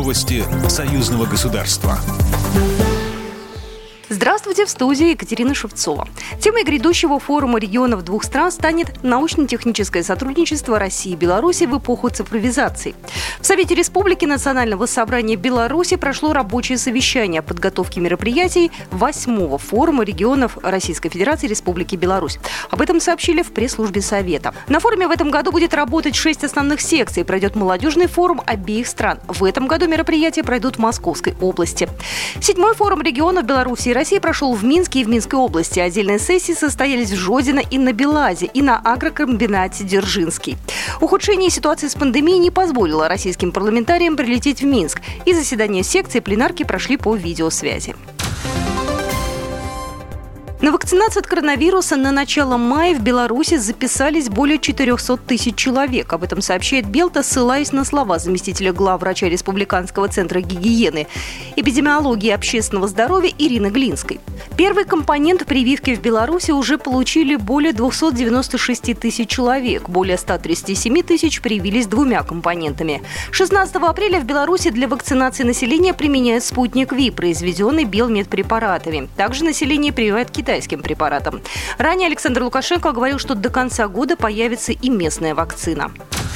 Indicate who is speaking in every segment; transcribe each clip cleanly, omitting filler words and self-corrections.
Speaker 1: Новости союзного государства.
Speaker 2: Здравствуйте, в студии Екатерина Шевцова. Темой грядущего форума регионов двух стран станет научно-техническое сотрудничество России и Беларуси в эпоху цифровизации. В Совете Республики Национального собрания Беларуси прошло рабочее совещание о подготовке мероприятий 8-го форума регионов Российской Федерации и Республики Беларусь. Об этом сообщили в пресс-службе Совета. На форуме в этом году будет работать 6 основных секций. Пройдет молодежный форум обеих стран. В этом году мероприятия пройдут в Московской области. 7-й форум регионов Беларуси и России прошел в Минске и в Минской области. Отдельные сессии состоялись в Жодино и на Белазе, и на агрокомбинате Дзержинский. Ухудшение ситуации с пандемией не позволило российским парламентариям прилететь в Минск, и заседания секции пленарки прошли по видеосвязи. На вакцинацию от коронавируса на начало мая в Беларуси записались более 400 тысяч человек. Об этом сообщает Белта, ссылаясь на слова заместителя главврача Республиканского центра гигиены, эпидемиологии и общественного здоровья Ирины Глинской. Первый компонент прививки в Беларуси уже получили более 296 тысяч человек. Более 137 тысяч привились двумя компонентами. 16 апреля в Беларуси для вакцинации населения применяют спутник ВИ, произведенный Белмедпрепаратами. Также население прививает китайским препаратом. Ранее Александр Лукашенко говорил, что до конца года появится и местная вакцина.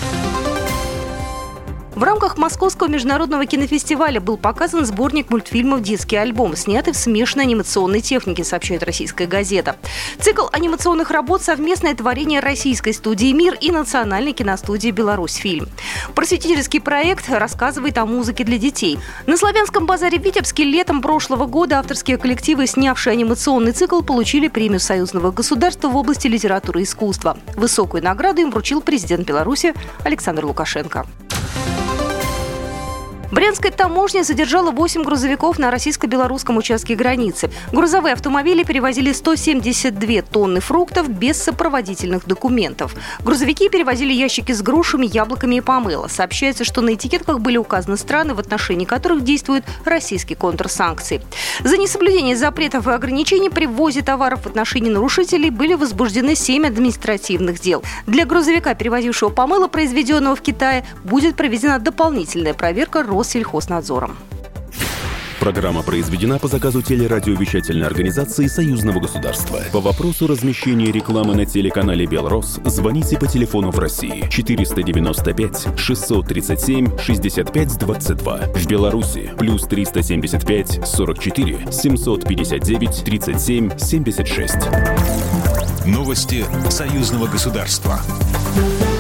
Speaker 2: В рамках Московского международного кинофестиваля был показан сборник мультфильмов «Детский альбом», снятый в смешанной анимационной технике, сообщает «Российская газета». Цикл анимационных работ – совместное творение российской студии «Мир» и национальной киностудии «Беларусьфильм». Просветительский проект рассказывает о музыке для детей. На Славянском базаре в Витебске летом прошлого года авторские коллективы, снявшие анимационный цикл, получили премию союзного государства в области литературы и искусства. Высокую награду им вручил президент Беларуси Александр Лукашенко. Брянская таможня задержала 8 грузовиков на российско-белорусском участке границы. Грузовые автомобили перевозили 172 тонны фруктов без сопроводительных документов. Грузовики перевозили ящики с грушами, яблоками и помело. Сообщается, что на этикетках были указаны страны, в отношении которых действует российский контрсанкции. За несоблюдение запретов и ограничений при ввозе товаров в отношении нарушителей были возбуждены 7 административных дел. Для грузовика, перевозившего помело, произведенного в Китае, будет проведена дополнительная проверка Россельхознадзором.
Speaker 3: Программа произведена по заказу телерадиовещательной организации Союзного государства. По вопросу размещения рекламы на телеканале «Белрос» звоните по телефону в России 495 637 65 22. В Беларуси плюс 375 44 759 37 76.
Speaker 1: Новости союзного государства.